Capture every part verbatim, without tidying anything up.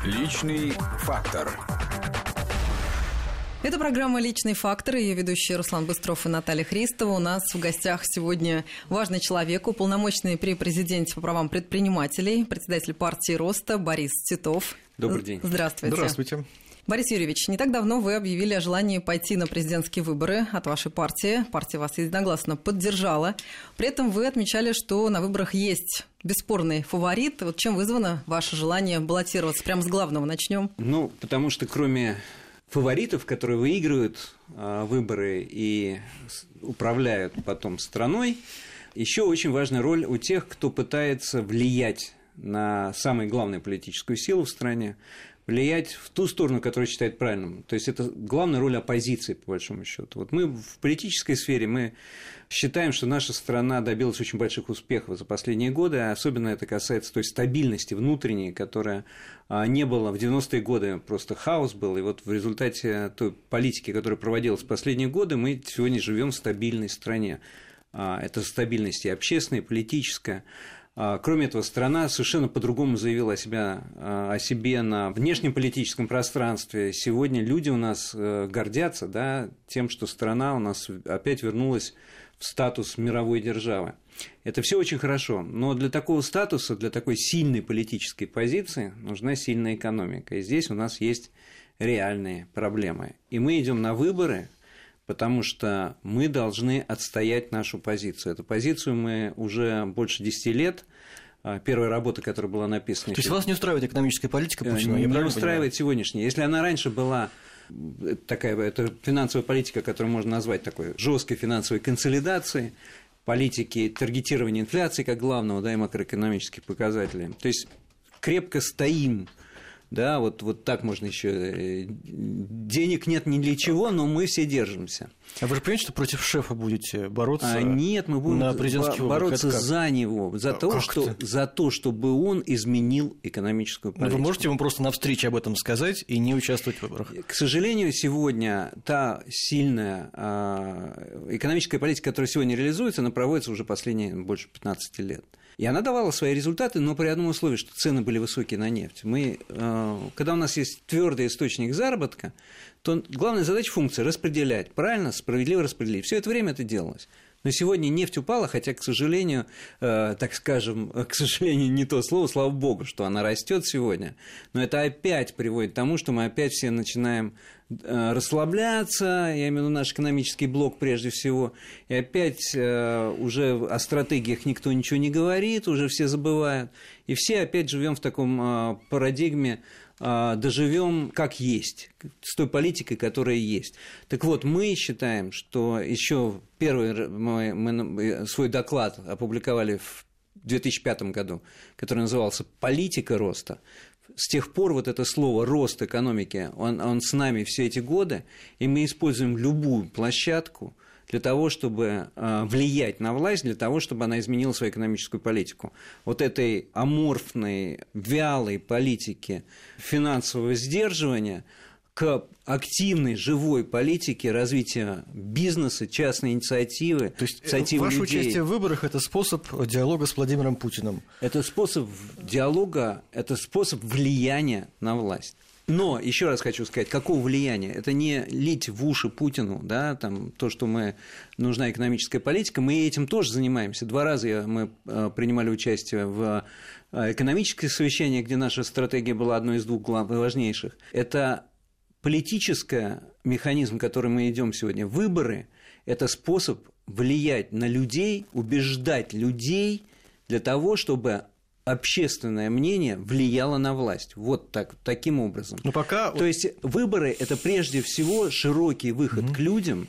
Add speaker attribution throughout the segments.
Speaker 1: Личный фактор.
Speaker 2: Это программа «Личный фактор», ее ведущие Руслан Быстров и Наталья Христова. У нас в гостях сегодня важный человек, уполномоченный при президенте по правам предпринимателей, председатель партии «Роста» Борис Титов.
Speaker 3: Добрый день.
Speaker 2: Здравствуйте.
Speaker 4: Здравствуйте.
Speaker 2: Борис Юрьевич, не так давно вы объявили о желании пойти на президентские выборы от вашей партии. Партия вас единогласно поддержала. При этом вы отмечали, что на выборах есть бесспорный фаворит. Вот чем вызвано ваше желание баллотироваться? Прямо с главного начнем.
Speaker 3: Ну, потому что кроме фаворитов, которые выигрывают э, выборы и управляют потом страной, еще очень важная роль у тех, кто пытается влиять на самую главную политическую силу в стране, влиять в ту сторону, которую считает правильным. То есть это главная роль оппозиции, по большому счету. Вот мы в политической сфере мы считаем, что наша страна добилась очень больших успехов за последние годы, а особенно это касается той стабильности внутренней, которая не было в девяностые годы, просто хаос был, и вот в результате той политики, которая проводилась в последние годы, мы сегодня живем в стабильной стране. Это стабильность и общественная, и политическая. Кроме этого, страна совершенно по-другому заявила о себе, о себе на внешнеполитическом пространстве. Сегодня люди у нас гордятся, да, тем, что страна у нас опять вернулась в статус мировой державы. Это все очень хорошо, но для такого статуса, для такой сильной политической позиции нужна сильная экономика. И здесь у нас есть реальные проблемы. И мы идем на выборы, потому что мы должны отстоять нашу позицию. Эту позицию мы уже больше десяти лет, первая работа, которая была написана...
Speaker 4: То есть вас не устраивает экономическая политика Путина?
Speaker 3: Не, не устраивает сегодняшняя. Если она раньше была такая, это финансовая политика, которую можно назвать такой жесткой финансовой консолидацией, политики таргетирования инфляции как главного, да, и макроэкономических показателей. То есть крепко стоим. Да, вот, вот так можно еще. Денег нет ни для чего, но мы все держимся.
Speaker 4: А вы же понимаете, что против шефа будете бороться?
Speaker 3: А нет, мы будем
Speaker 4: на
Speaker 3: бороться за него, за, а то, что, за то, чтобы он изменил экономическую политику.
Speaker 4: Но вы можете ему просто на встрече об этом сказать и не участвовать в выборах?
Speaker 3: К сожалению, сегодня та сильная экономическая политика, которая сегодня реализуется, она проводится уже последние больше пятнадцати лет. И она давала свои результаты, но при одном условии, что цены были высокие на нефть. Мы, когда у нас есть твердый источник заработка, то главная задача функции – распределять, правильно, справедливо распределить. Все это время это делалось. Но сегодня нефть упала, хотя, к сожалению, э, так скажем, к сожалению, не то слово, слава богу, что она растет сегодня, но это опять приводит к тому, что мы опять все начинаем э, расслабляться, я имею в виду наш экономический блок прежде всего, и опять э, уже о стратегиях никто ничего не говорит, уже все забывают, и все опять живем в таком э, парадигме, доживем как есть, с той политикой, которая есть. Так вот, мы считаем, что еще первый мы, мы свой доклад опубликовали в две тысячи пятом году, который назывался «Политика роста». С тех пор вот это слово «рост экономики», он, он с нами все эти годы, и мы используем любую площадку для того, чтобы э, влиять на власть, для того, чтобы она изменила свою экономическую политику. Вот этой аморфной, вялой политике финансового сдерживания к активной, живой политике развития бизнеса, частной инициативы,
Speaker 4: То есть
Speaker 3: инициативы
Speaker 4: ваше
Speaker 3: людей.
Speaker 4: участие в выборах – это способ диалога с Владимиром Путиным?
Speaker 3: Это способ диалога, это способ влияния на власть. Но, еще раз хочу сказать, какого влияния? Это не лить в уши Путину, да, там, то, что мы, нужна экономическая политика, мы этим тоже занимаемся. Два раза мы принимали участие в экономических совещаниях, где наша стратегия была одной из двух главных, важнейших. Это политический механизм, который мы идем сегодня. Выборы – это способ влиять на людей, убеждать людей для того, чтобы общественное мнение влияло на власть. Вот так, таким образом.
Speaker 4: Но пока...
Speaker 3: То есть выборы – это прежде всего широкий выход mm-hmm. к людям,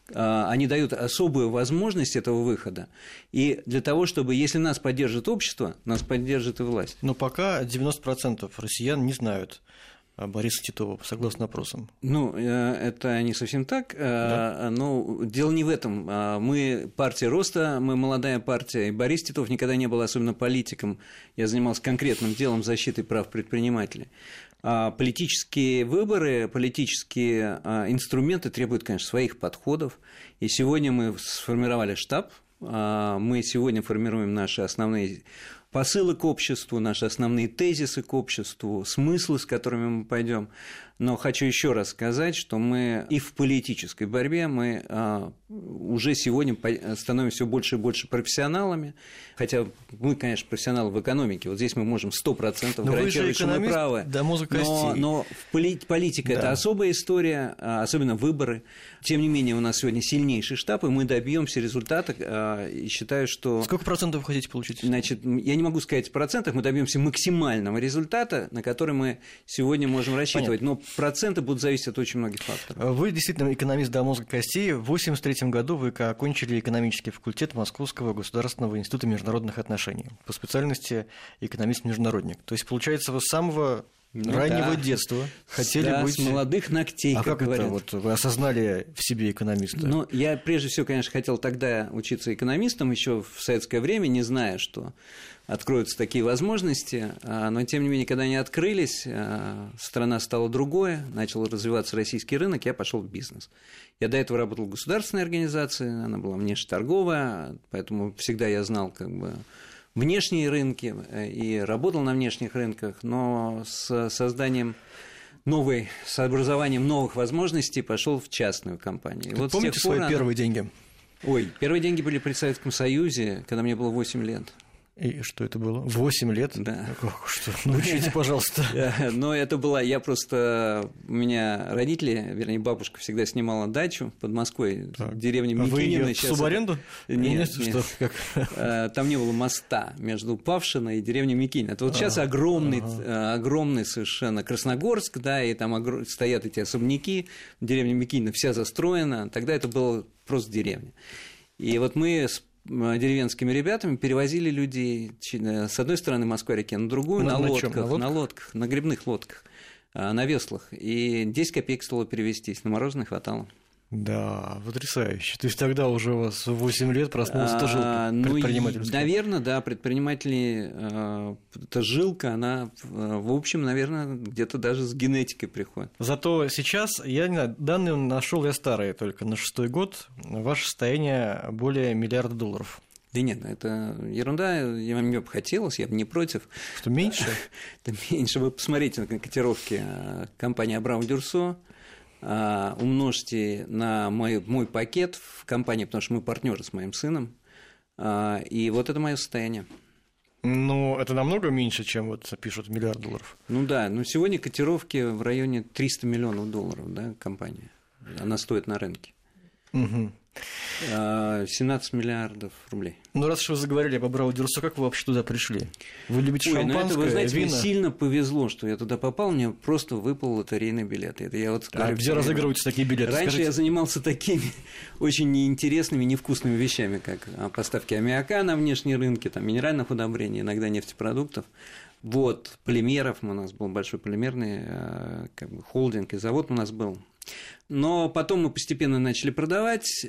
Speaker 3: они дают особую возможность этого выхода. И для того, чтобы, если нас поддержит общество, нас поддержит и власть.
Speaker 4: Но пока девяносто процентов россиян не знают Бориса Титова, согласно опросам.
Speaker 3: Ну, это не совсем так, да? Но дело не в этом. Мы партия роста, мы молодая партия, и Борис Титов никогда не был особенно политиком. Я занимался конкретным делом защиты прав предпринимателей. Политические выборы, политические инструменты требуют, конечно, своих подходов. И сегодня мы сформировали штаб, мы сегодня формируем наши основные посылы к обществу, наши основные тезисы к обществу, смыслы, с которыми мы пойдем. Но хочу еще раз сказать, что мы и в политической борьбе мы а, уже сегодня становимся все больше и больше профессионалами, хотя мы, конечно, профессионалы в экономике, вот здесь мы можем сто процентов гарантировать, что мы правы,
Speaker 4: до мозга костей.
Speaker 3: но, но в поли- политика да. – это особая история, особенно выборы. Тем не менее, у нас сегодня сильнейший штаб, и мы добьемся результата, а, и считаю, что…
Speaker 4: Сколько процентов вы хотите получить?
Speaker 3: Значит, я не могу сказать в процентах, мы добьемся максимального результата, на который мы сегодня можем рассчитывать. Понятно. Но проценты будут зависеть от очень многих факторов.
Speaker 4: Вы действительно экономист до мозга костей. В восемьдесят третьем году вы окончили экономический факультет Московского государственного института международных отношений по специальности экономист-международник. То есть, получается, вы с самого ну, раннего да. детства хотели
Speaker 3: да,
Speaker 4: быть…
Speaker 3: с молодых ногтей,
Speaker 4: а
Speaker 3: как,
Speaker 4: как
Speaker 3: говорят.
Speaker 4: это вот вы осознали в себе экономиста?
Speaker 3: Ну, я прежде всего, конечно, хотел тогда учиться экономистом еще в советское время, не зная, что откроются такие возможности, но, тем не менее, когда они открылись, страна стала другой, начал развиваться российский рынок, я пошел в бизнес. Я до этого работал в государственной организации, она была внешнеторговая, поэтому всегда я знал, как бы, внешние рынки и работал на внешних рынках, но с созданием новой, с образованием новых возможностей пошел в частную компанию.
Speaker 4: Вот помните свои она... первые деньги?
Speaker 3: Ой, первые деньги были при Советском Союзе, когда мне было восемь лет.
Speaker 4: И что это было? Восемь лет?
Speaker 3: Да.
Speaker 4: Как, что? Научите, пожалуйста.
Speaker 3: Но это была... Я просто... У меня родители, вернее, бабушка всегда снимала дачу под Москвой, в деревне Микинино.
Speaker 4: Вы в субаренду?
Speaker 3: Нет, там не было моста между Павшино и деревней Микинино. Это вот сейчас огромный, огромный совершенно Красногорск, да, и там стоят эти особняки, деревня Микинино вся застроена. Тогда это было просто деревня. И вот мы с деревенскими ребятами перевозили людей с одной стороны Москва-реки, на другую на, на, лодках, на, лодках? на лодках, на грибных лодках, на веслах. И десять копеек стоило перевезтись, на мороженое хватало.
Speaker 4: Да, потрясающе. То есть тогда уже у вас в восемь лет проснулась эта жилка предпринимательская?
Speaker 3: Ну, наверное, да, предприниматели, эта жилка, она, в общем, наверное, где-то даже с генетикой приходит.
Speaker 4: Зато сейчас, я не знаю, данные нашел я старые только, на шестой год, ваше состояние более миллиарда долларов.
Speaker 3: Да нет, это ерунда, я мне бы хотелось, я бы не против.
Speaker 4: Что, меньше?
Speaker 3: Это меньше. Вы посмотрите на котировки компании Абрау-Дюрсо, умножьте на мой, мой пакет в компании, потому что мы партнеры с моим сыном, и вот это мое состояние.
Speaker 4: Ну, это намного меньше, чем вот пишут миллиард долларов.
Speaker 3: Ну да, но сегодня котировки в районе триста миллионов долларов, да, компания, она стоит на рынке.
Speaker 4: Угу.
Speaker 3: семнадцать миллиардов рублей.
Speaker 4: Ну, раз уж вы заговорили об Абрау-Дюрсо, как вы вообще туда пришли? Вы любите
Speaker 3: Ой,
Speaker 4: шампанское,
Speaker 3: ну это, вы знаете,
Speaker 4: вина?
Speaker 3: Мне сильно повезло, что я туда попал, мне просто выпал лотерейный билет. Это я вот
Speaker 4: а
Speaker 3: говорю,
Speaker 4: где разыгрываются такие билеты?
Speaker 3: Раньше
Speaker 4: Скажите...
Speaker 3: я занимался такими очень неинтересными, невкусными вещами, как поставки аммиака на внешние рынки, там, минеральных удобрений, иногда нефтепродуктов. Вот, полимеров, у нас был большой полимерный как бы, холдинг, и завод у нас был. Но потом мы постепенно начали продавать,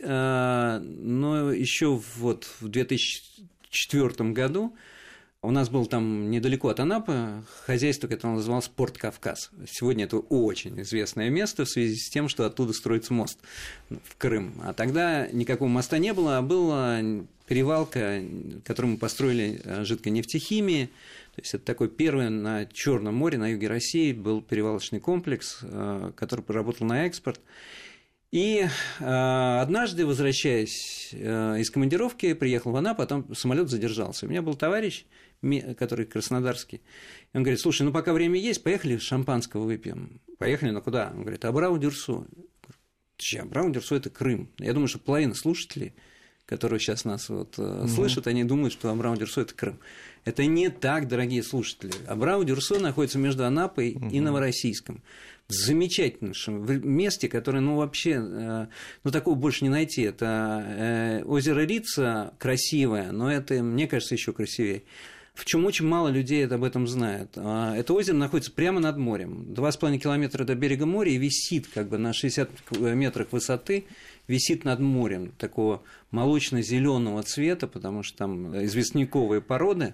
Speaker 3: но еще вот в две тысячи четвёртом году у нас был там недалеко от Анапы хозяйство, которое называлось «Порт Кавказ». Сегодня это очень известное место в связи с тем, что оттуда строится мост в Крым. А тогда никакого моста не было, а была перевалка, которую мы построили жидкой нефтехимии. То есть это такой первый на Черном море, на юге России, был перевалочный комплекс, который поработал на экспорт. И однажды, возвращаясь из командировки, приехал в Анапу, а там самолет задержался. У меня был товарищ, который краснодарский, и он говорит: слушай, ну пока время есть, поехали шампанского выпьем. Поехали, но куда? Он говорит: Абрау-Дюрсо. Че, Абрау-Дюрсо – это Крым. Я думаю, что половина слушателей, которые сейчас нас вот угу. слышат, они думают, что Абрау-Дюрсо – это Крым. Это не так, дорогие слушатели. Абрау-Дюрсо находится между Анапой угу. и Новороссийском. В замечательном месте, которое, ну, вообще, ну, такого больше не найти. Это озеро Рица красивое, но это, мне кажется, еще красивее. В чем очень мало людей об этом знают. Это озеро находится прямо над морем. Два с половиной километра до берега моря и висит как бы на шестидесяти метрах высоты, висит над морем такого молочно-зеленого цвета, потому что там известняковые породы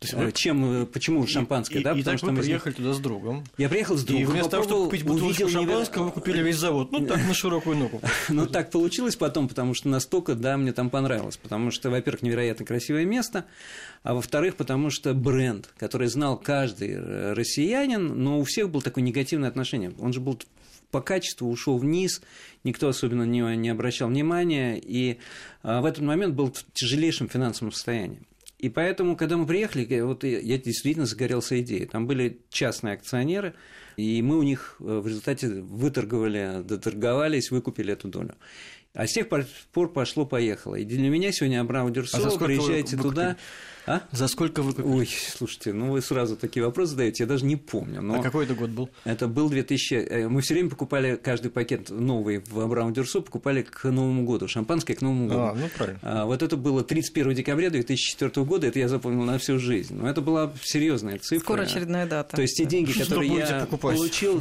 Speaker 3: Вы... Чем, почему шампанское,
Speaker 4: и,
Speaker 3: да?
Speaker 4: И, и
Speaker 3: потому
Speaker 4: так
Speaker 3: что
Speaker 4: вы
Speaker 3: мы...
Speaker 4: приехали туда с другом.
Speaker 3: Я приехал с другом.
Speaker 4: И вместо того, чтобы купить бутылочку шампанского,
Speaker 3: невер...
Speaker 4: вы купили весь завод. Ну, так, на широкую ногу.
Speaker 3: Ну, так получилось потом, потому что настолько, да, мне там понравилось. Потому что, во-первых, невероятно красивое место, а во-вторых, потому что бренд, который знал каждый россиянин, но у всех было такое негативное отношение. Он же был по качеству, ушел вниз, никто особенно на него не обращал внимания, и в этот момент был в тяжелейшем финансовом состоянии. И поэтому, когда мы приехали, вот я действительно загорелся идеей. Там были частные акционеры, и мы у них в результате выторговали, доторговались, выкупили эту долю. А с тех пор пошло-поехало. И для меня сегодня Абрау Дюрсо, а приезжайте вы туда. А?
Speaker 4: За сколько вы купили?
Speaker 3: Ой, слушайте, ну вы сразу такие вопросы задаете, я даже не помню. Но
Speaker 4: а какой это год был?
Speaker 3: Это был две тысячи... Мы все время покупали каждый пакет новый в Абрау Дюрсо, покупали к Новому году, шампанское к Новому году.
Speaker 4: А, ну правильно.
Speaker 3: А, вот это было тридцать первого декабря две тысячи четвёртого года, это я запомнил на всю жизнь. Но это была серьезная цифра.
Speaker 2: Скоро очередная дата.
Speaker 3: То есть те деньги,
Speaker 4: Что
Speaker 3: которые я получил,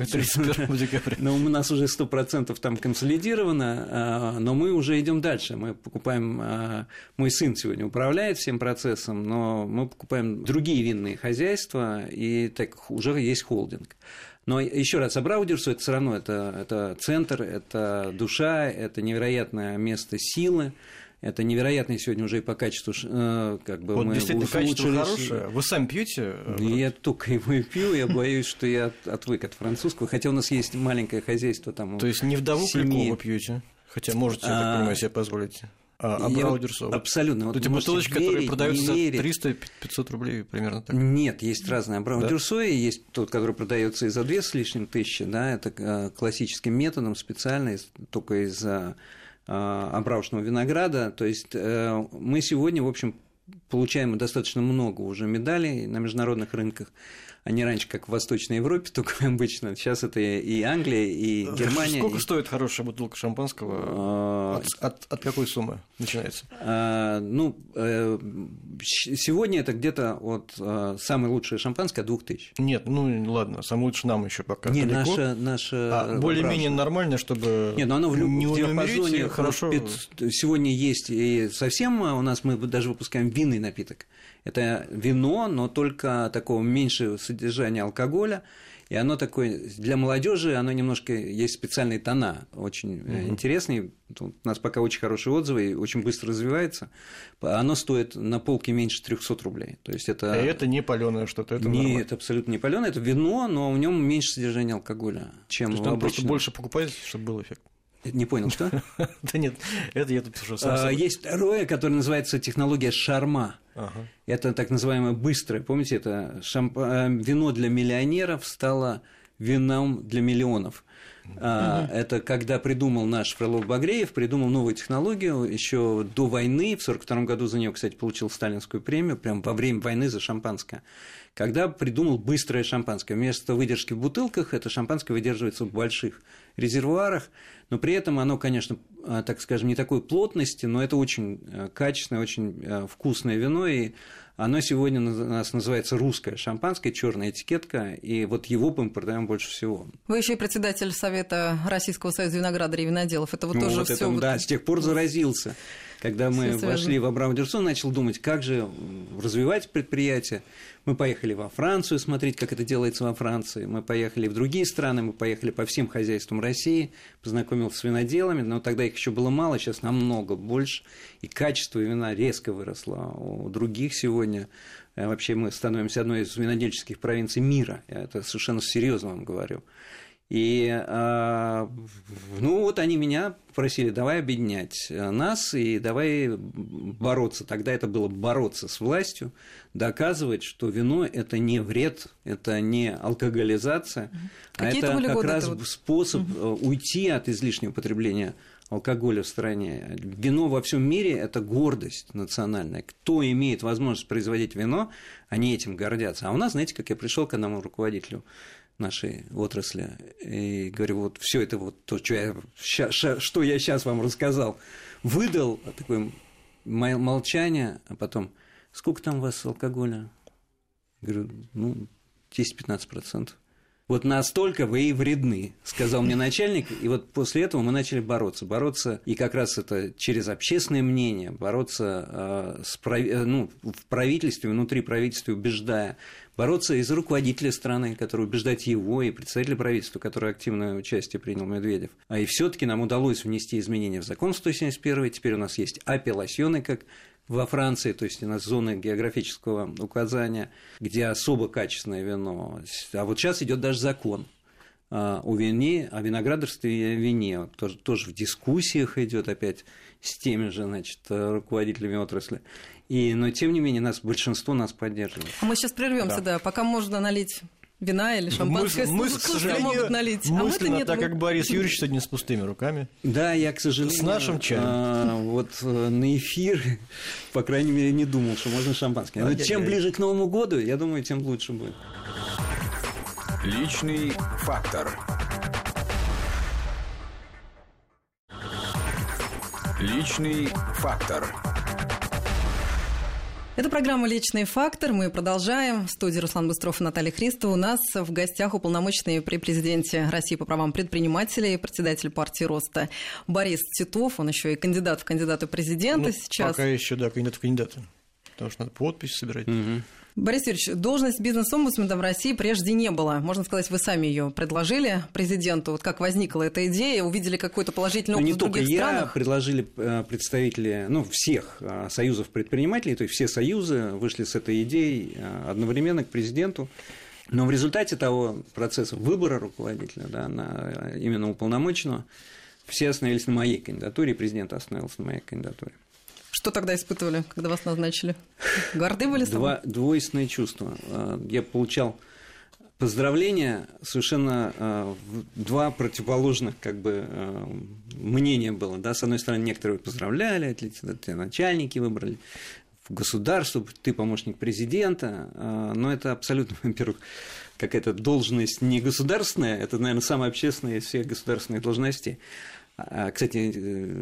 Speaker 3: но у нас уже сто процентов там консолидировано, но мы уже идем дальше. Мы покупаем... Мой сын сегодня управляет всем процессом, но мы покупаем другие винные хозяйства, и так уже есть холдинг. Но еще раз, Абрау Дюрсо это все равно это, это центр, это душа, это невероятное место силы. Это невероятно сегодня уже и по качеству, как бы
Speaker 4: вот
Speaker 3: мы
Speaker 4: действительно качество
Speaker 3: улучшились.
Speaker 4: Хорошее. Вы сами пьете?
Speaker 3: Я только его и пью, я боюсь, что я отвык от французского, хотя у нас есть маленькое хозяйство там.
Speaker 4: То есть не вдову Кликову пьете? Хотя можете, я так понимаю, себе позволить. А Абрау Дюрсо?
Speaker 3: Абсолютно.
Speaker 4: Вот эти бутылочки, которые продаются за триста-пятьсот рублей, примерно так?
Speaker 3: Нет, есть разные Абрау
Speaker 4: да?
Speaker 3: Дюрсо, и есть тот, который продается и за две с лишним тысячи, да, это классическим методом, специально, только из абраушного винограда. То есть мы сегодня, в общем, получаем достаточно много уже медалей на международных рынках. А не раньше, как в Восточной Европе, только обычно. Сейчас это и Англия, и Германия.
Speaker 4: Сколько
Speaker 3: и...
Speaker 4: стоит хорошая бутылка шампанского? От, от, от какой суммы начинается?
Speaker 3: А, ну, сегодня это где-то от самой лучшей шампанское от двух тысяч.
Speaker 4: Нет, ну ладно, самое лучше нам еще пока.
Speaker 3: Нет,
Speaker 4: далеко.
Speaker 3: наша, наша
Speaker 4: а, более-менее нормально, чтобы.
Speaker 3: Нет, но оно в любом
Speaker 4: не
Speaker 3: диапазоне
Speaker 4: хорошо.
Speaker 3: Сегодня есть и совсем у нас мы даже выпускаем винный напиток. Это вино, но только такого меньшего содержания алкоголя. И оно такое, для молодежи, оно немножко, есть специальные тона, очень mm-hmm. интересные. У нас пока очень хорошие отзывы и очень быстро развивается. Оно стоит на полке меньше трехсот рублей. То есть это...
Speaker 4: А это не палёное что-то, это
Speaker 3: Нет,
Speaker 4: нормально.
Speaker 3: это абсолютно не палёное, это вино, но в нем меньше содержания алкоголя, чем
Speaker 4: То есть там
Speaker 3: обычно.
Speaker 4: просто больше покупаете, чтобы был эффект.
Speaker 3: Не понял, что?
Speaker 4: Да нет, это я тут уже сам.
Speaker 3: Есть второе, которое называется технология шарма. Это так называемое быстрое. Помните, это вино для миллионеров стало вином для миллионов. Это когда придумал наш Фролов-Багреев, придумал новую технологию еще до войны. В сорок втором году за нее, кстати, получил сталинскую премию, прямо во время войны за шампанское. Когда придумал быстрое шампанское. Вместо выдержки в бутылках это шампанское выдерживается в больших резервуарах, но при этом оно, конечно, так скажем, не такой плотности, но это очень качественное, очень вкусное вино, и оно сегодня у нас называется русское шампанское, черная этикетка, и вот его мы продаем больше всего.
Speaker 2: Вы еще и председатель Совета Российского союза виноградарей и виноделов. Это вот
Speaker 3: ну,
Speaker 2: тоже
Speaker 3: вот
Speaker 2: все.
Speaker 3: Это,
Speaker 2: вот...
Speaker 3: Да, с тех пор заразился. Когда мы вошли в Абрау Дюрсо, начал думать, как же развивать предприятие. Мы поехали во Францию смотреть, как это делается во Франции. Мы поехали в другие страны, мы поехали по всем хозяйствам России, познакомился с виноделами, но тогда их еще было мало, сейчас намного больше. И качество вина резко выросло. У других сегодня вообще мы становимся одной из винодельческих провинций мира. Я это совершенно серьезно вам говорю. И, ну, вот они меня просили, давай объединять нас и давай бороться. Тогда это было бороться с властью, доказывать, что вино – это не вред, это не алкоголизация,
Speaker 2: Какие
Speaker 3: а это как
Speaker 2: годы
Speaker 3: раз
Speaker 2: вот...
Speaker 3: способ угу. уйти от излишнего потребления алкоголя в стране. Вино во всем мире – это гордость национальная. Кто имеет возможность производить вино, они этим гордятся. А у нас, знаете, как я пришел к одному руководителю нашей отрасли и говорю, вот все это вот то, что я, что я сейчас вам рассказал, выдал такое молчание, а потом, сколько там у вас алкоголя? Говорю, ну, десять-пятнадцать процентов. Вот настолько вы и вредны, сказал мне начальник, и вот после этого мы начали бороться. Бороться, и как раз это через общественное мнение, бороться э, с прав... ну, в правительстве, внутри правительства, убеждая, бороться из руководителя страны, который убеждать его, и представителя правительства, который активное участие принял Медведев. А и все-таки нам удалось внести изменения в закон сто семьдесят один, теперь у нас есть апелласьоны, как во Франции, то есть у нас зоны географического указания, где особо качественное вино. А вот сейчас идет даже закон о вине, о виноградарстве и вине. Тоже, тоже в дискуссиях идет опять с теми же, значит, руководителями отрасли. И, но тем не менее, нас, большинство нас поддерживает.
Speaker 2: А мы сейчас прервемся, да. да, пока можно налить вина или шампанское,
Speaker 4: мы, мы, к сожалению,
Speaker 2: могут налить.
Speaker 4: мысленно,
Speaker 2: а нет,
Speaker 4: так
Speaker 2: мы...
Speaker 4: как Борис Юрьевич сегодня с пустыми руками.
Speaker 3: Да, я, к сожалению,
Speaker 4: с нашим чаем.
Speaker 3: А, вот на эфир, по крайней мере, не думал, что можно шампанское. Но чем ближе к Новому году, я думаю, тем лучше будет.
Speaker 1: Личный фактор. Личный фактор.
Speaker 2: Это программа «Личный фактор». Мы продолжаем. В студии Руслан Быстров и Наталья Христова. У нас в гостях уполномоченный при президенте России по правам предпринимателей, председатель партии Роста Борис Титов. Он еще и кандидат в кандидаты президента
Speaker 4: ну,
Speaker 2: сейчас.
Speaker 4: Пока еще, да, кандидат в кандидаты. Потому что надо подписи собирать.
Speaker 3: Угу.
Speaker 2: Борис Юрьевич, должность бизнес-омбудсмена в России прежде не было. Можно сказать, вы сами ее предложили президенту. Вот как возникла эта идея? Увидели какой-то положительный опыт
Speaker 3: ну, не
Speaker 2: в других
Speaker 3: только
Speaker 2: странах?
Speaker 3: Я, предложили представители ну, всех союзов предпринимателей, то есть все союзы вышли с этой идеей одновременно к президенту. Но в результате того процесса выбора руководителя, да, на именно уполномоченного, все остановились на моей кандидатуре, и президент остановился на моей кандидатуре.
Speaker 2: Что тогда испытывали, когда вас назначили? Горды были собой?
Speaker 3: Два двойственные чувства. Я получал поздравления, совершенно два противоположных как бы, мнения было. Да? С одной стороны, некоторые поздравляли, тебя начальники выбрали, в государство, ты помощник президента, но это абсолютно, во-первых, какая-то должность не государственная, это, наверное, самая общественная из всех государственных должностей. Кстати,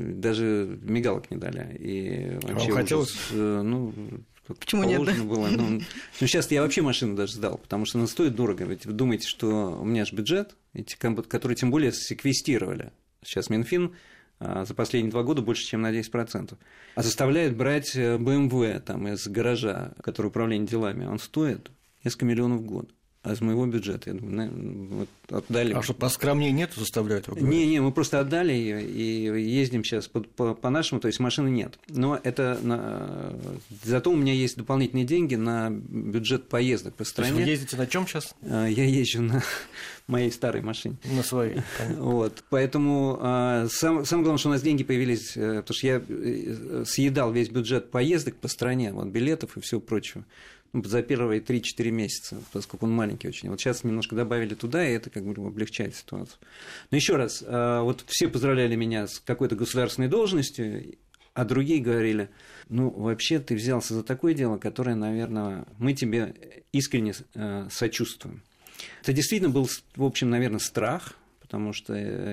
Speaker 3: даже мигалок не дали. И вообще
Speaker 4: вам хотелось?
Speaker 3: Уже, ну,
Speaker 2: почему нет? Да?
Speaker 3: Было. Ну, ну, сейчас я вообще машину даже сдал, потому что она стоит дорого. Ведь вы думаете, что у меня же бюджет, который тем более секвестировали. Сейчас Минфин за последние два года больше, чем на десять процентов. А заставляет брать бэ эм вэ там, из гаража, который управление делами, он стоит несколько миллионов в год. А из моего бюджета, я думаю, вот отдали.
Speaker 4: А что, поскромнее нет, заставляют его?
Speaker 3: Не, не, мы просто отдали ее и ездим сейчас по, по, по нашему, то есть машины нет. Но это на... зато у меня есть дополнительные деньги на бюджет поездок по стране.
Speaker 4: То есть вы ездите на чем сейчас?
Speaker 3: Я езжу на моей старой машине.
Speaker 4: На своей.
Speaker 3: Вот, поэтому сам, самое главное, что у нас деньги появились, потому что я съедал весь бюджет поездок по стране, вот билетов и всего прочего. Ну, за первые три-четыре месяца, поскольку он маленький очень. Вот сейчас немножко добавили туда, и это как бы облегчает ситуацию. Но еще раз, вот все поздравляли меня с какой-то государственной должностью, а другие говорили, ну, вообще ты взялся за такое дело, которое, наверное, мы тебе искренне сочувствуем. Это действительно был, в общем, наверное, страх, потому что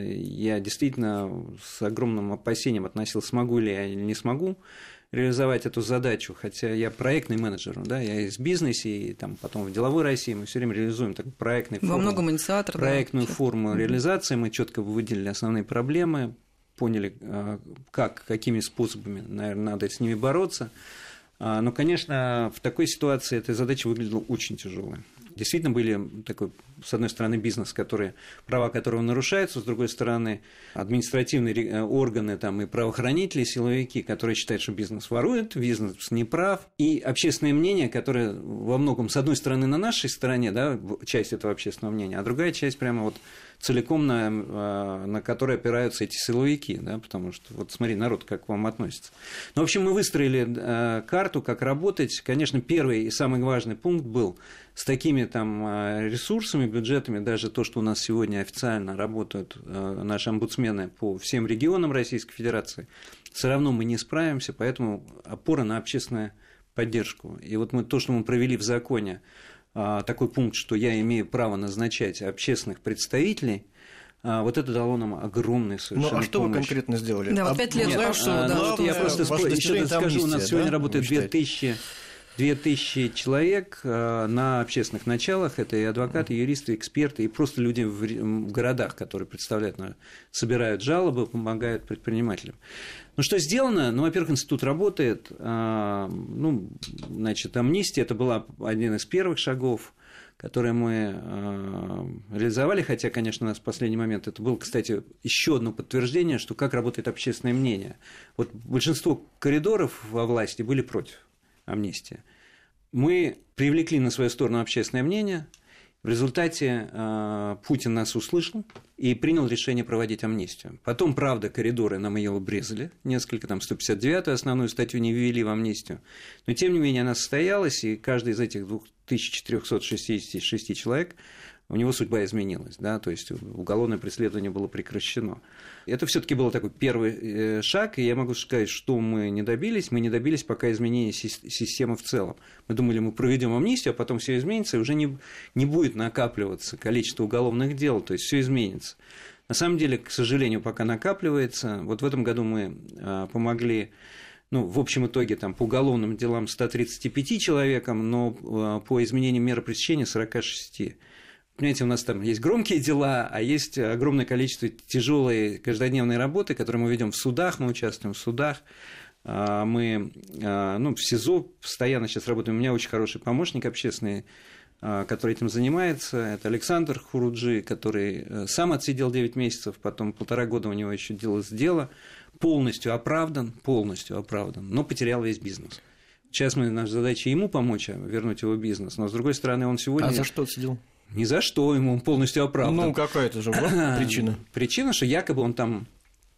Speaker 3: я действительно с огромным опасением относился, смогу ли я или не смогу реализовать эту задачу, хотя я проектный менеджер, да, я из бизнеса, и там, потом в деловой России мы все время реализуем такую проектную форму,
Speaker 2: во многом инициатор,
Speaker 3: проектную
Speaker 2: да,
Speaker 3: форму mm-hmm. реализации, мы четко выделили основные проблемы, поняли, как, какими способами, наверное, надо с ними бороться. Но, конечно, в такой ситуации эта задача выглядела очень тяжелой. Действительно, были такой, с одной стороны, бизнес, который, права которого нарушаются, с другой стороны, административные органы там, и правоохранители, силовики, которые считают, что бизнес ворует, бизнес неправ, и общественное мнение, которое во многом, с одной стороны, на нашей стороне, да, часть этого общественного мнения, а другая часть прямо вот целиком на, на которой опираются эти силовики, да, потому что, вот смотри, народ как к вам относится. Ну, в общем, мы выстроили карту, как работать. Конечно, первый и самый важный пункт был с такими там ресурсами, бюджетами, даже то, что у нас сегодня официально работают наши омбудсмены по всем регионам Российской Федерации, все равно мы не справимся, поэтому опора на общественную поддержку. И вот мы то, что мы провели в законе, такой пункт, что я имею право назначать общественных представителей, вот это дало нам огромную совершенно
Speaker 4: Ну, а что
Speaker 3: помощь.
Speaker 4: вы конкретно сделали?
Speaker 2: Да, вот пять лет.
Speaker 4: Знаем,
Speaker 2: что,
Speaker 3: а,
Speaker 2: да.
Speaker 3: ну, вот я просто еще скажу, у нас сегодня
Speaker 4: да,
Speaker 3: работает две тысячи две тысячи человек на общественных началах. Это и адвокаты, и юристы, и эксперты, и просто люди в городах, которые представляют, собирают жалобы, помогают предпринимателям. Ну, что сделано? Ну, во-первых, институт работает. Ну, значит, амнистия – это была один из первых шагов, которые мы реализовали, хотя, конечно, у нас в последний момент это было, кстати, еще одно подтверждение, что как работает общественное мнение. Вот большинство коридоров во власти были против амнистии. Мы привлекли на свою сторону общественное мнение. В результате э, Путин нас услышал и принял решение проводить амнистию. Потом, правда, коридоры нам ее обрезали, несколько, там, сто пятьдесят девятую основную статью не ввели в амнистию. Но, тем не менее, она состоялась, и каждый из этих две тысячи четыреста шестьдесят шесть человек, у него судьба изменилась, да, то есть уголовное преследование было прекращено. Это все-таки был такой первый шаг, и я могу сказать, что мы не добились. Мы не добились пока изменения системы в целом. Мы думали, мы проведем амнистию, а потом все изменится, и уже не, не будет накапливаться количество уголовных дел, то есть все изменится. На самом деле, к сожалению, пока накапливается. Вот в этом году мы помогли, ну, в общем итоге, там, по уголовным делам ста тридцати пяти человекам, но по изменениям меры пресечения сорока шести. Понимаете, у нас там есть громкие дела, а есть огромное количество тяжелой каждодневной работы, которую мы ведем в судах, мы участвуем в судах, мы, ну, в СИЗО постоянно сейчас работаем. У меня очень хороший помощник общественный, который этим занимается, это Александр Хуруджи, который сам отсидел девять месяцев, потом полтора года у него еще делалось дело, полностью оправдан, полностью оправдан, но потерял весь бизнес. Сейчас мы, наша задача ему помочь вернуть его бизнес, но с другой стороны он сегодня...
Speaker 4: А за что отсидел?
Speaker 3: Ни за что, ему он полностью оправдан.
Speaker 4: Ну, какая-то же была причина.
Speaker 3: Причина, что якобы он там,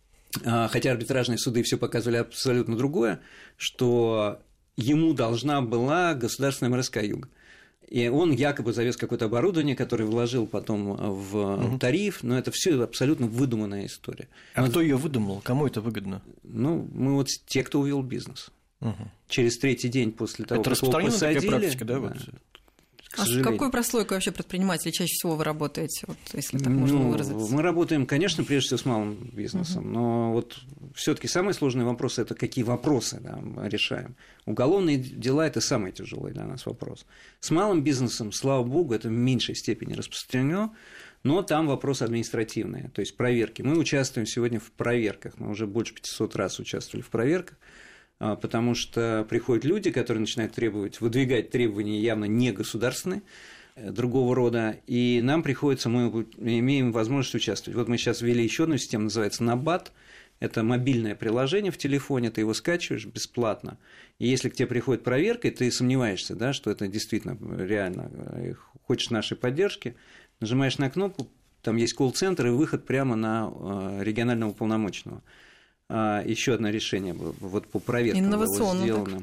Speaker 3: хотя арбитражные суды все показывали абсолютно другое, что ему должна была государственная МРСК Юг. И он якобы завез какое-то оборудование, которое вложил потом в угу. тариф, но это все абсолютно выдуманная история.
Speaker 4: А
Speaker 3: но...
Speaker 4: кто ее выдумал? Кому это выгодно?
Speaker 3: Ну, мы вот те, кто увел бизнес. Угу. Через третий день после того,
Speaker 4: это
Speaker 3: как его посадили...
Speaker 4: Это распространенная практика, да? Вот?
Speaker 2: А с какой прослойкой вообще предпринимателей чаще всего вы работаете, вот, если так можно
Speaker 3: ну,
Speaker 2: выразиться?
Speaker 3: Мы работаем, конечно, прежде всего с малым бизнесом, uh-huh. но вот все-таки самый сложный вопрос – это какие вопросы, да, мы решаем. Уголовные дела – это самый тяжелый для нас вопрос. С малым бизнесом, слава богу, это в меньшей степени распространено, но там вопрос административный, то есть проверки. Мы участвуем сегодня в проверках, мы уже больше пятисот раз участвовали в проверках, потому что приходят люди, которые начинают требовать, выдвигать требования явно не государственные, другого рода, и нам приходится, мы имеем возможность участвовать. Вот мы сейчас ввели еще одну систему, называется Набат, это мобильное приложение в телефоне, ты его скачиваешь бесплатно, и если к тебе приходит проверка, и ты сомневаешься, да, что это действительно реально, хочешь нашей поддержки, нажимаешь на кнопку, там есть колл-центр и выход прямо на регионального уполномоченного. Еще одно решение вот по проверкам было сделано.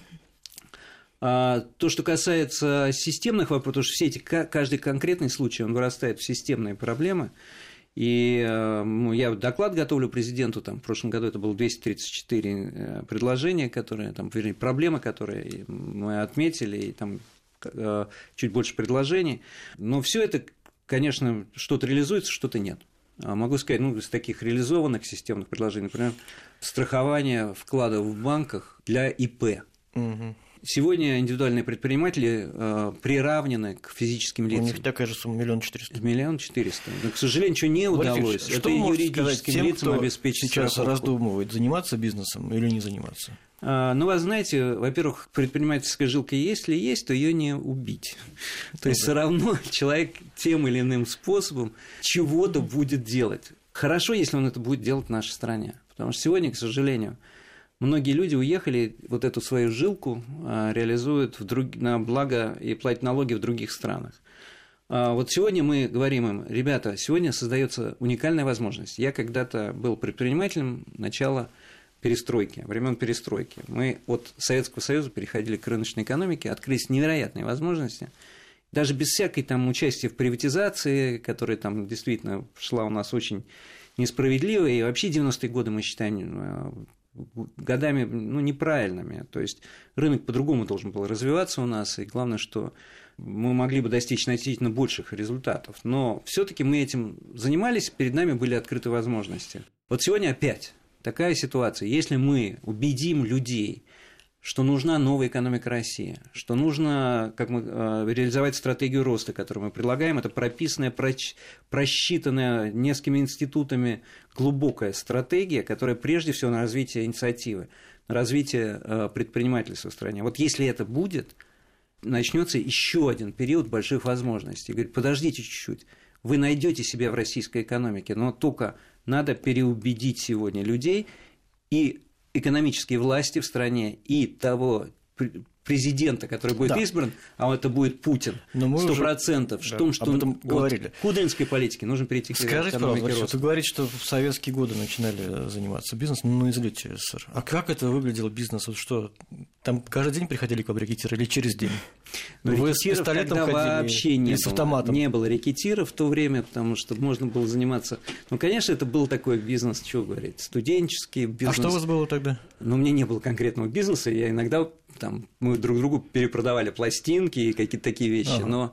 Speaker 3: А, то, что касается системных вопросов, потому что все эти, каждый конкретный случай, он вырастает в системные проблемы. И ну, я доклад готовлю президенту, там, в прошлом году это было двести тридцать четыре предложения, которые, там, вернее, проблемы, которые мы отметили, и там чуть больше предложений. Но все это, конечно, что-то реализуется, что-то нет. Могу сказать, ну, из таких реализованных системных предложений, например, страхование вкладов в банках для ИП. Угу. Сегодня индивидуальные предприниматели э, приравнены к физическим лицам.
Speaker 4: У них такая же сумма миллион четыреста.
Speaker 3: Миллион четыреста. Но, к сожалению, ничего не удалось.
Speaker 4: Что
Speaker 3: это юридическим
Speaker 4: тем,
Speaker 3: лицам
Speaker 4: кто
Speaker 3: обеспечить
Speaker 4: сейчас
Speaker 3: страховку.
Speaker 4: раздумывает, заниматься бизнесом или не заниматься?
Speaker 3: А, ну, вы знаете, во-первых, предпринимательская жилка если есть, то ее не убить. То есть все равно человек тем или иным способом чего-то будет делать. Хорошо, если он это будет делать в нашей стране. Потому что сегодня, к сожалению, многие люди уехали, вот эту свою жилку реализуют в друг... на благо и платят налоги в других странах. Вот сегодня мы говорим им, ребята, сегодня создается уникальная возможность. Я когда-то был предпринимателем начала перестройки, времен перестройки. Мы от Советского Союза переходили к рыночной экономике, открылись невероятные возможности. Даже без всякой там участия в приватизации, которая там действительно шла у нас очень несправедливо, и вообще девяностые годы мы считаем годами ну, неправильными. То есть рынок по-другому должен был развиваться у нас, и главное, что мы могли бы достичь значительно больших результатов. Но все-таки мы этим занимались, перед нами были открыты возможности. Вот сегодня опять такая ситуация. Если мы убедим людей, что нужна новая экономика России, что нужно, как мы, реализовать стратегию роста, которую мы предлагаем. Это прописанная, просчитанная несколькими институтами глубокая стратегия, которая прежде всего на развитие инициативы, на развитие предпринимательства в стране. Вот если это будет, начнется еще один период больших возможностей. Говорит, подождите чуть-чуть, вы найдете себя в российской экономике, но только надо переубедить сегодня людей и экономические власти в стране, и того президента, который будет да. избран, а это будет Путин, сто процентов, в том, что
Speaker 4: об говорили.
Speaker 3: К кудринской политике нужно перейти к
Speaker 4: Скажите,
Speaker 3: экономике роста.
Speaker 4: Скажите, вы говорите, что в советские годы начинали заниматься бизнесом, ну, на излете СССР. А как это выглядел бизнес? Вот что, там каждый день приходили к вам рекетиры или через день?
Speaker 3: Но
Speaker 4: вы с пистолетом ходили
Speaker 3: вообще не
Speaker 4: или с автоматом?
Speaker 3: Не было рекетиров в то время, потому что можно было заниматься... Ну, конечно, это был такой бизнес, что говорить, студенческий бизнес.
Speaker 4: А что у вас было тогда?
Speaker 3: Ну, у меня не было конкретного бизнеса, я иногда... Там, мы друг другу перепродавали пластинки и какие-то такие вещи, ага. но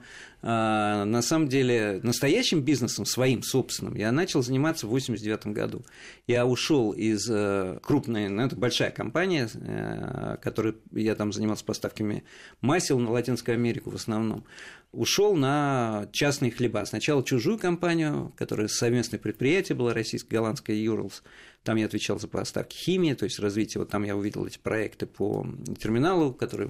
Speaker 3: а, на самом деле настоящим бизнесом, своим собственным, я начал заниматься в восемьдесят девятом году. Я ушел из а, крупной, ну, это большая компания, а, которой я там занимался поставками масел на Латинскую Америку в основном. Ушел на частные хлеба. Сначала чужую компанию, которая совместное предприятие было, российско-голландское Юрлс. Там я отвечал за поставки химии, то есть развитие. Вот там я увидел эти проекты по терминалу, который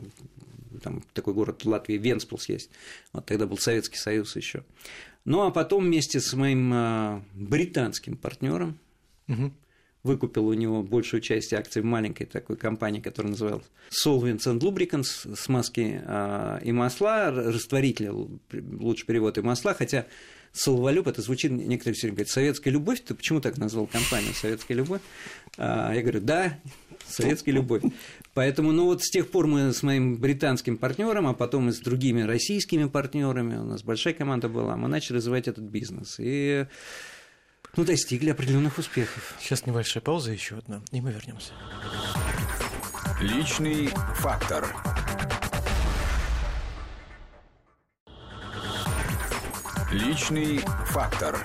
Speaker 3: там такой город в Латвии, Вентспилс есть. Вот тогда был Советский Союз еще. Ну а потом вместе с моим британским партнером угу. выкупил у него большую часть акций в маленькой такой компании, которая называлась Solvents and Lubricants, смазки и масла, растворители, лучший перевод, и масла, хотя Солвалюб, это звучит, некоторые все время говорят, советская любовь, ты почему так назвал компанию «Советская любовь»? А, я говорю, да, советская любовь. Поэтому, ну вот с тех пор мы с моим британским партнером, а потом и с другими российскими партнерами, у нас большая команда была, мы начали развивать этот бизнес. И ну, достигли определенных успехов.
Speaker 4: Сейчас небольшая пауза, еще одна, и мы вернемся.
Speaker 1: Личный фактор. Личный фактор.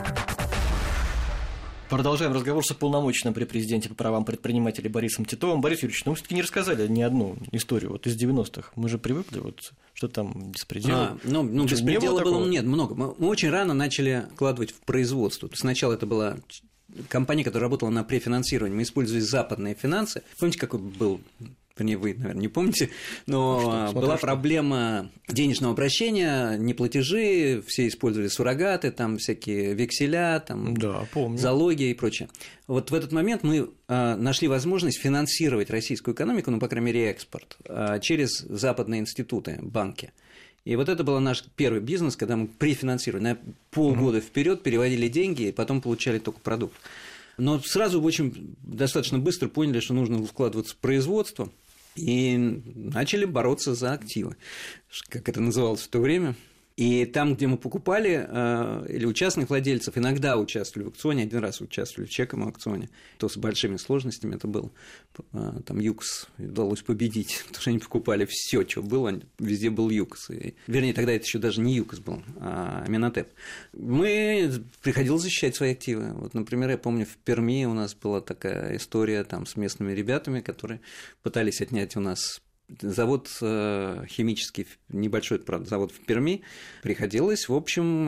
Speaker 4: Продолжаем разговор с уполномоченным при президенте по правам предпринимателей Борисом Титовым. Борис Юрьевич, ну, мы все-таки не рассказали ни одну историю вот из девяностых. Мы же привыкли, вот, что там беспредел.
Speaker 3: А, ну, ну беспредела было, было нет, много. Мы, мы очень рано начали вкладывать в производство. Сначала это была компания, которая работала на префинансировании. Мы использовали западные финансы. Помните, какой был... Вернее, вы, наверное, не помните, но что, была смотрю, проблема денежного обращения, неплатежи, все использовали суррогаты, там всякие векселя, там,
Speaker 4: да,
Speaker 3: залоги и прочее. Вот в этот момент мы нашли возможность финансировать российскую экономику, ну, по крайней мере, экспорт, через западные институты, банки. И вот это был наш первый бизнес, когда мы префинансировали, на полгода вперед переводили деньги, и потом получали только продукт. Но сразу очень достаточно быстро поняли, что нужно вкладываться в производство, и начали бороться за активы, как это называлось в то время. И там, где мы покупали, или у частных владельцев, иногда участвовали в аукционе, один раз участвовали в чековом аукционе, то с большими сложностями это был, там ЮКС удалось победить, потому что они покупали все, что было, везде был ЮКС. И, вернее, тогда это еще даже не ЮКС был, а Минотеп. Мы приходилось защищать свои активы. Вот, например, я помню, в Перми у нас была такая история там, с местными ребятами, которые пытались отнять у нас завод химический, небольшой, правда, завод в Перми, приходилось, в общем,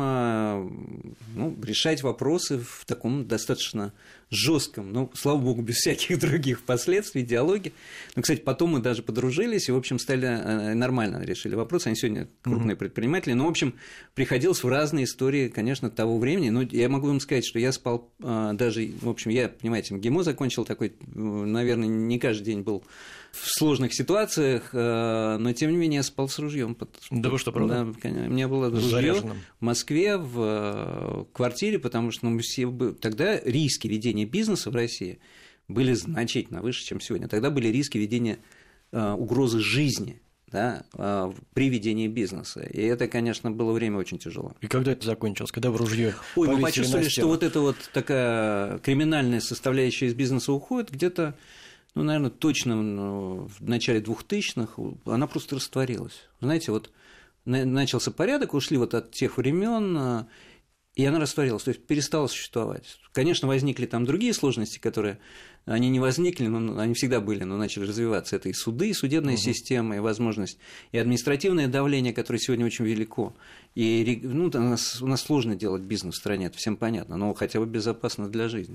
Speaker 3: ну, решать вопросы в таком достаточно жестком, ну, слава богу, без всяких других последствий, диалоги. Ну, кстати, потом мы даже подружились и, в общем, стали нормально решили вопрос. Они сегодня крупные mm-hmm. предприниматели. Но, в общем, приходилось в разные истории, конечно, того времени. Но я могу вам сказать, что я спал даже, в общем, я, понимаете, МГИМО закончил такой, наверное, не каждый день был в сложных ситуациях, но тем не менее я спал с ружьем.
Speaker 4: Да вы что, правда?
Speaker 3: Да, у меня было ружье в Москве в квартире, потому что ну, все... тогда риски ведения бизнеса в России были значительно выше, чем сегодня. Тогда были риски ведения угрозы жизни, да, при ведении бизнеса. И это, конечно, было время очень тяжело.
Speaker 4: И когда это закончилось? Когда в ружье
Speaker 3: Ой, мы почувствовали, что вот эта вот такая криминальная составляющая из бизнеса уходит где-то, ну, наверное, точно в начале двухтысячных она просто растворилась. Знаете, вот начался порядок, ушли вот от тех времен, и она растворилась, то есть перестала существовать. Конечно, возникли там другие сложности, которые, они не возникли, но они всегда были, но начали развиваться. Это и суды, и судебная угу. система, и возможность, и административное давление, которое сегодня очень велико. И ну, у, нас, у нас сложно делать бизнес в стране, это всем понятно, но хотя бы безопасно для жизни.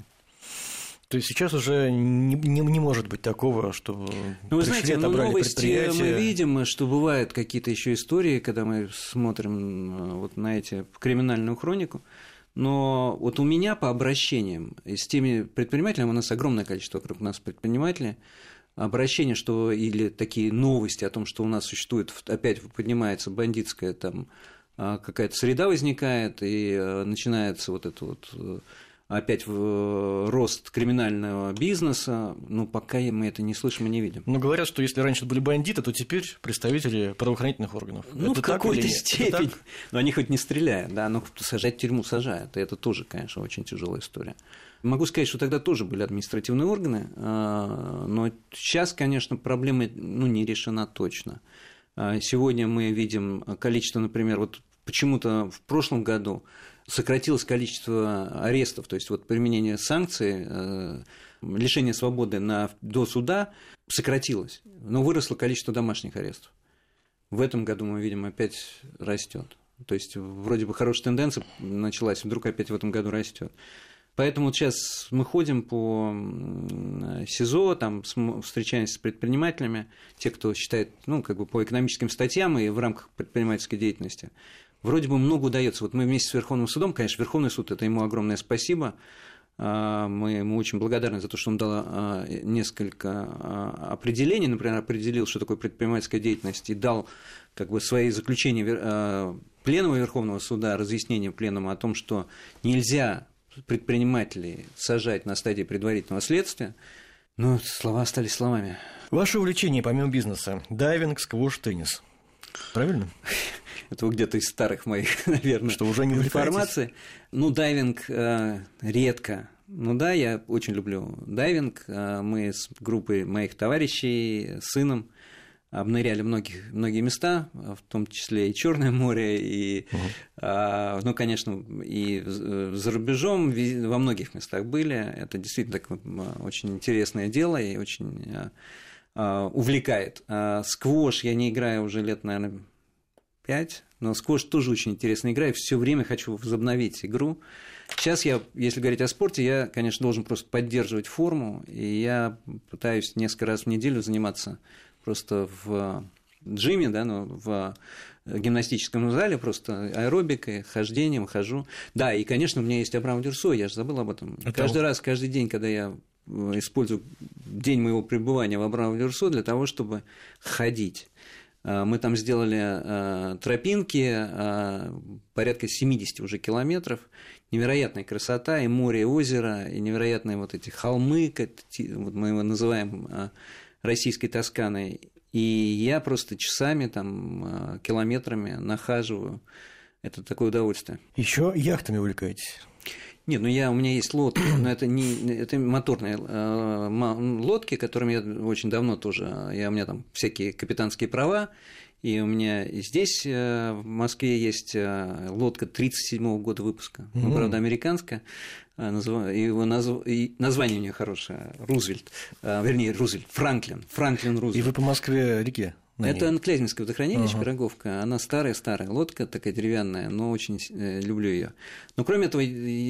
Speaker 4: То есть сейчас уже не, не, не может быть такого, что
Speaker 3: ну, вы
Speaker 4: пришли,
Speaker 3: знаете,
Speaker 4: отобрали
Speaker 3: новости
Speaker 4: предприятия.
Speaker 3: Мы видим, что бывают какие-то еще истории, когда мы смотрим вот на эти криминальную хронику. Но вот у меня по обращениям с теми предпринимателями, у нас огромное количество вокруг нас предпринимателей, обращения, что или такие новости о том, что у нас существует, опять поднимается бандитская там какая-то среда возникает, и начинается вот это вот опять в рост криминального бизнеса, но пока мы это не слышим и не видим.
Speaker 4: Но говорят, что если раньше были бандиты, то теперь представители правоохранительных органов.
Speaker 3: Ну,
Speaker 4: это
Speaker 3: в какой-то степени. Но они хоть не стреляют, да, но сажать в тюрьму сажают. И это тоже, конечно, очень тяжелая история. Могу сказать, что тогда тоже были административные органы, но сейчас, конечно, проблема ну, не решена точно. Сегодня мы видим количество, например, вот почему-то в прошлом году сократилось количество арестов, то есть вот применение санкций, лишение свободы на, до суда сократилось, но выросло количество домашних арестов. В этом году мы видим, опять растет. То есть вроде бы хорошая тенденция началась, вдруг опять в этом году растет. Поэтому вот сейчас мы ходим по СИЗО, там встречаемся с предпринимателями, те, кто считает, ну, как бы по экономическим статьям и в рамках предпринимательской деятельности. Вроде бы много удается. Вот мы вместе с Верховным судом, конечно, Верховный суд, это ему огромное спасибо. Мы ему очень благодарны за то, что он дал несколько определений, например, определил, что такое предпринимательская деятельность, и дал как бы свои заключения Пленума Верховного суда, разъяснение Пленума о том, что нельзя предпринимателей сажать на стадии предварительного следствия. Но слова остались словами.
Speaker 4: Ваше увлечение помимо бизнеса – дайвинг, сквош, теннис. Правильно?
Speaker 3: Это где-то из старых моих, наверное,
Speaker 4: что уже не
Speaker 3: информации. Ну, дайвинг э, редко. Ну да, я очень люблю дайвинг. Мы с группой моих товарищей, с сыном обныряли многих, многие места, в том числе и Черное море, и, угу. а, ну, конечно, и за рубежом во многих местах были. Это действительно так, очень интересное дело и очень а, увлекает. А, сквош я не играю уже лет, наверное, пять, но сквош тоже очень интересная игра, и все время хочу возобновить игру. Сейчас я, если говорить о спорте, я, конечно, должен просто поддерживать форму, и я пытаюсь несколько раз в неделю заниматься просто в джиме, да, ну, в гимнастическом зале, просто аэробикой, хождением хожу. Да, и, конечно, у меня есть Абрам Дюрсо, я же забыл об этом. Это каждый раз, каждый день, когда я использую день моего пребывания в Абрам Дюрсо для того, чтобы ходить. Мы там сделали тропинки, порядка семьдесят уже километров, невероятная красота, и море, и озеро, и невероятные вот эти холмы, вот мы его называем российской Тосканой, и я просто часами, там, километрами нахаживаю. Это такое удовольствие.
Speaker 4: Еще яхтами увлекаетесь?
Speaker 3: Нет, ну я, у меня есть лодки, но это, не, это моторные э, лодки, которыми я очень давно тоже, я, у меня там всякие капитанские права, и у меня здесь э, в Москве есть э, лодка тридцать седьмого года выпуска, mm-hmm. ну, правда, американская, э, назв... его назв... и название у нее хорошее, Рузвельт, э, вернее, Рузвельт, Франклин, Франклин Рузвельт.
Speaker 4: И вы по Москве-реке?
Speaker 3: Это Клязьминское водохранилище, ага. Пироговка. Она старая-старая лодка, такая деревянная, но очень люблю ее. Но кроме этого,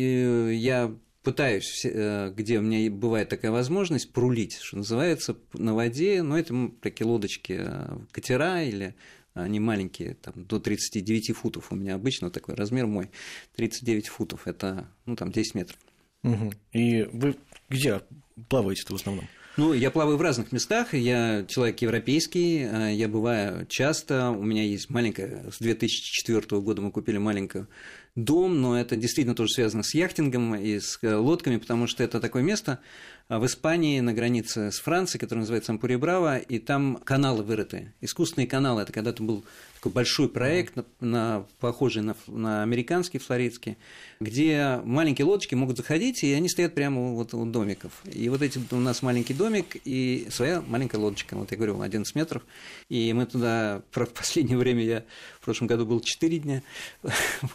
Speaker 3: я пытаюсь, где у меня бывает такая возможность, порулить, что называется, на воде. Но это такие лодочки, катера или они маленькие, там, до тридцати девяти футов. У меня обычно такой размер мой, тридцать девять футов. Это, ну, там, десять метров.
Speaker 4: Угу. И вы где плаваете-то в основном?
Speaker 3: Ну, я плаваю в разных местах, я человек европейский, я бываю часто, у меня есть маленькая, с две тысячи четвёртого года мы купили маленький дом, но это действительно тоже связано с яхтингом и с лодками, потому что это такое место в Испании на границе с Францией, которое называется Ампури-Браво, и там каналы вырыты, искусственные каналы, это когда-то был такой большой проект, на, на, похожий на, на американский, флоридский, где маленькие лодочки могут заходить, и они стоят прямо вот у домиков. И вот эти у нас маленький домик и своя маленькая лодочка, вот я говорю, одиннадцать метров, и мы туда, в последнее время я в прошлом году был четыре дня, вот, но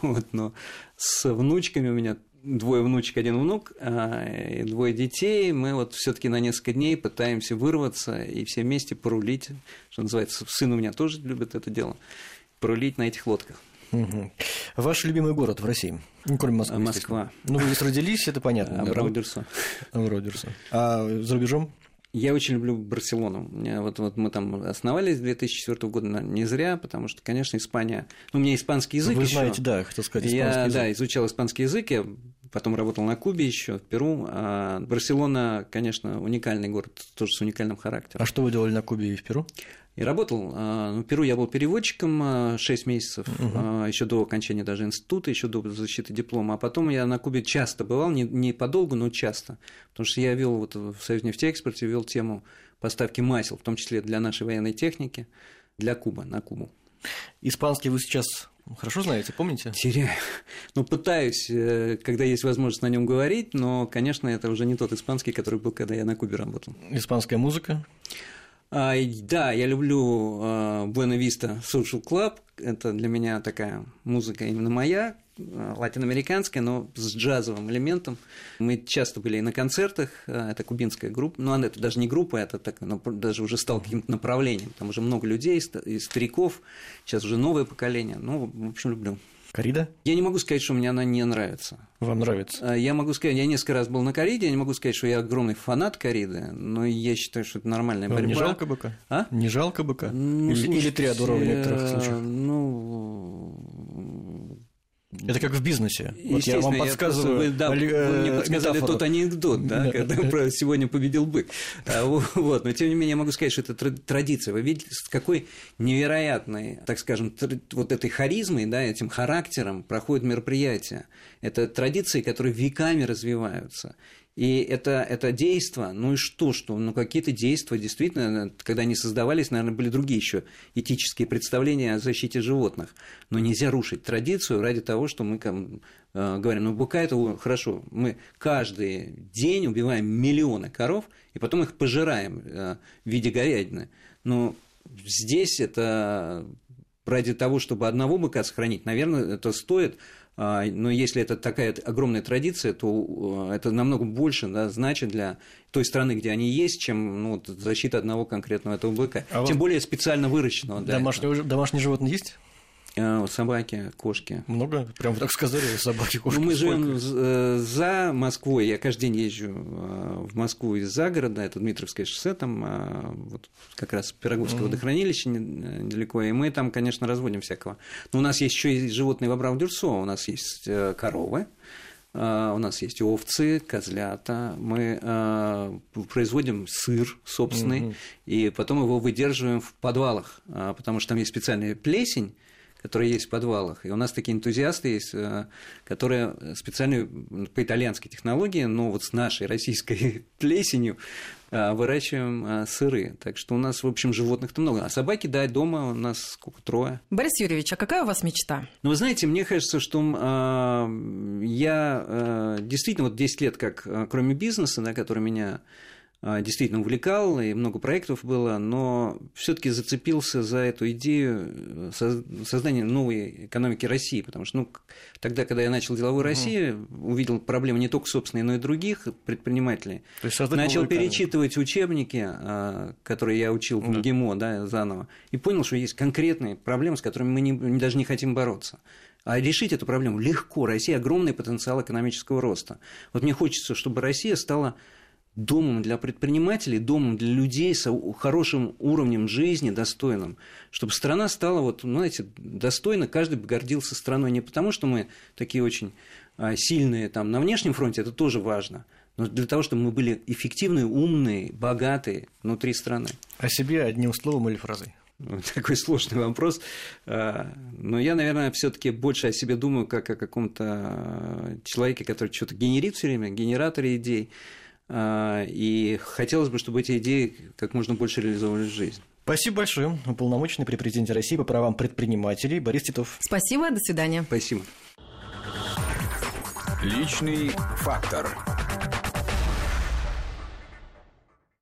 Speaker 3: но с внучками у меня двое внучек, один внук, и двое детей. Мы вот все-таки на несколько дней пытаемся вырваться и все вместе порулить, что называется. Сын у меня тоже любит это дело, порулить на этих лодках.
Speaker 4: Угу. Ваш любимый город в России? Ну, кроме Москвы.
Speaker 3: Москва.
Speaker 4: Ну, вы здесь родились, это понятно.
Speaker 3: Абрау-Дюрсо.
Speaker 4: Абрау-Дюрсо. А за рубежом?
Speaker 3: Я очень люблю Барселону. Вот, вот мы там основались с две тысячи четвёртого года не зря, потому что, конечно, Испания... Ну, у меня испанский язык
Speaker 4: Вы
Speaker 3: ещё.
Speaker 4: знаете, да, хотел сказать, испанский
Speaker 3: я,
Speaker 4: язык.
Speaker 3: Да, изучал испанский язык, я потом работал на Кубе еще, в Перу. А Барселона, конечно, уникальный город, тоже с уникальным характером.
Speaker 4: А что вы делали на Кубе и в Перу?
Speaker 3: И работал. В Перу я был переводчиком шесть месяцев, угу. еще до окончания даже института, еще до защиты диплома. А потом я на Кубе часто бывал, не, не подолгу, но часто. Потому что я вел вот в Союзнефтеэкспорте, вел тему поставки масел, в том числе для нашей военной техники, для Кубы, на Кубу.
Speaker 4: Испанский вы сейчас хорошо знаете, помните?
Speaker 3: Теряю. Ну, пытаюсь, когда есть возможность на нем говорить, но, конечно, это уже не тот испанский, который был, когда я на Кубе работал.
Speaker 4: Испанская музыка?
Speaker 3: А, да, я люблю Buena Vista Social Club. Это для меня такая музыка именно моя, латиноамериканская, но с джазовым элементом. Мы часто были и на концертах, это кубинская группа, но это даже не группа, это так, ну, даже уже стало каким-то направлением. Там уже много людей, и стариков, сейчас уже новое поколение. Ну, в общем, люблю.
Speaker 4: Коррида?
Speaker 3: Я не могу сказать, что мне она не нравится.
Speaker 4: Вам нравится?
Speaker 3: Я могу сказать, я несколько раз был на корриде, я не могу сказать, что я огромный фанат корриды, но я считаю, что это нормальная
Speaker 4: Вам
Speaker 3: борьба.
Speaker 4: Не жалко быка?
Speaker 3: А?
Speaker 4: Не жалко быка?
Speaker 3: Ну,
Speaker 4: или,
Speaker 3: слушайте,
Speaker 4: или триадора в некоторых случаях?
Speaker 3: Ну...
Speaker 4: Это как в бизнесе. Вот я вам подсказываю.
Speaker 3: Я просто, вы, да, вы мне подсказали метафору. Тот анекдот, да, когда про сегодня победил бык. Вот, но тем не менее я могу сказать, что это традиция. Вы видите, с какой невероятной, так скажем, вот этой харизмой, да, этим характером проходят мероприятия. Это традиции, которые веками развиваются. И это, это действо, ну и что, что, ну какие-то действия действительно, когда они создавались, наверное, были другие еще этические представления о защите животных. Но нельзя рушить традицию ради того, что мы там, э, говорим, ну быка это хорошо, мы каждый день убиваем миллионы коров, и потом их пожираем э, в виде говядины. Но здесь это ради того, чтобы одного быка сохранить, наверное, это стоит. Но если это такая огромная традиция, то это намного больше, да, значит для той страны, где они есть, чем ну, защита одного конкретного этого быка. А Тем более специально выращенного.
Speaker 4: Домашние, домашние животные есть?
Speaker 3: Собаки, кошки.
Speaker 4: Много? Прям так сказали, собаки, кошки.
Speaker 3: Ну, мы живем за Москвой. Я каждый день езжу в Москву из-за города. Это Дмитровское шоссе, там вот как раз Пироговское mm-hmm. водохранилище недалеко. И мы там, конечно, разводим всякого. Но у нас есть еще и животные в Абрау-Дюрсо. У нас есть коровы. У нас есть овцы, козлята, мы производим сыр собственный, mm-hmm. и потом его выдерживаем в подвалах, потому что там есть специальная плесень, которые есть в подвалах. И у нас такие энтузиасты есть, которые специально по итальянской технологии, но вот с нашей российской плесенью выращиваем сыры. Так что у нас, в общем, животных-то много. А собаки, да, дома у нас сколько, трое.
Speaker 2: Борис Юрьевич, а какая у вас мечта?
Speaker 3: Ну, вы знаете, мне кажется, что я действительно вот десять лет, как кроме бизнеса, да, который меня действительно увлекал, и много проектов было, но все-таки зацепился за эту идею создания новой экономики России, потому что ну, тогда, когда я начал деловую Россию, увидел проблемы не только собственные, но и других предпринимателей, начал перечитывать учебники, которые я учил в МГИМО, да, заново, и понял, что есть конкретные проблемы, с которыми мы не, даже не хотим бороться. А решить эту проблему легко. Россия – огромный потенциал экономического роста. Вот мне хочется, чтобы Россия стала домом для предпринимателей, домом для людей с хорошим уровнем жизни, достойным, чтобы страна стала, вот, знаете, достойно, каждый бы гордился страной не потому, что мы такие очень сильные там, на внешнем фронте, это тоже важно, но для того, чтобы мы были эффективные, умные, богатые внутри страны.
Speaker 4: О себе одним словом или фразой?
Speaker 3: Такой сложный вопрос. Но я, наверное, все-таки больше о себе думаю, как о каком-то человеке, который что-то генерит все время, генераторе идей. И хотелось бы, чтобы эти идеи как можно больше реализовывались в жизнь.
Speaker 4: Спасибо большое. Уполномоченный при президенте России по правам предпринимателей Борис Титов.
Speaker 2: Спасибо, до свидания.
Speaker 3: Спасибо.
Speaker 1: Личный фактор.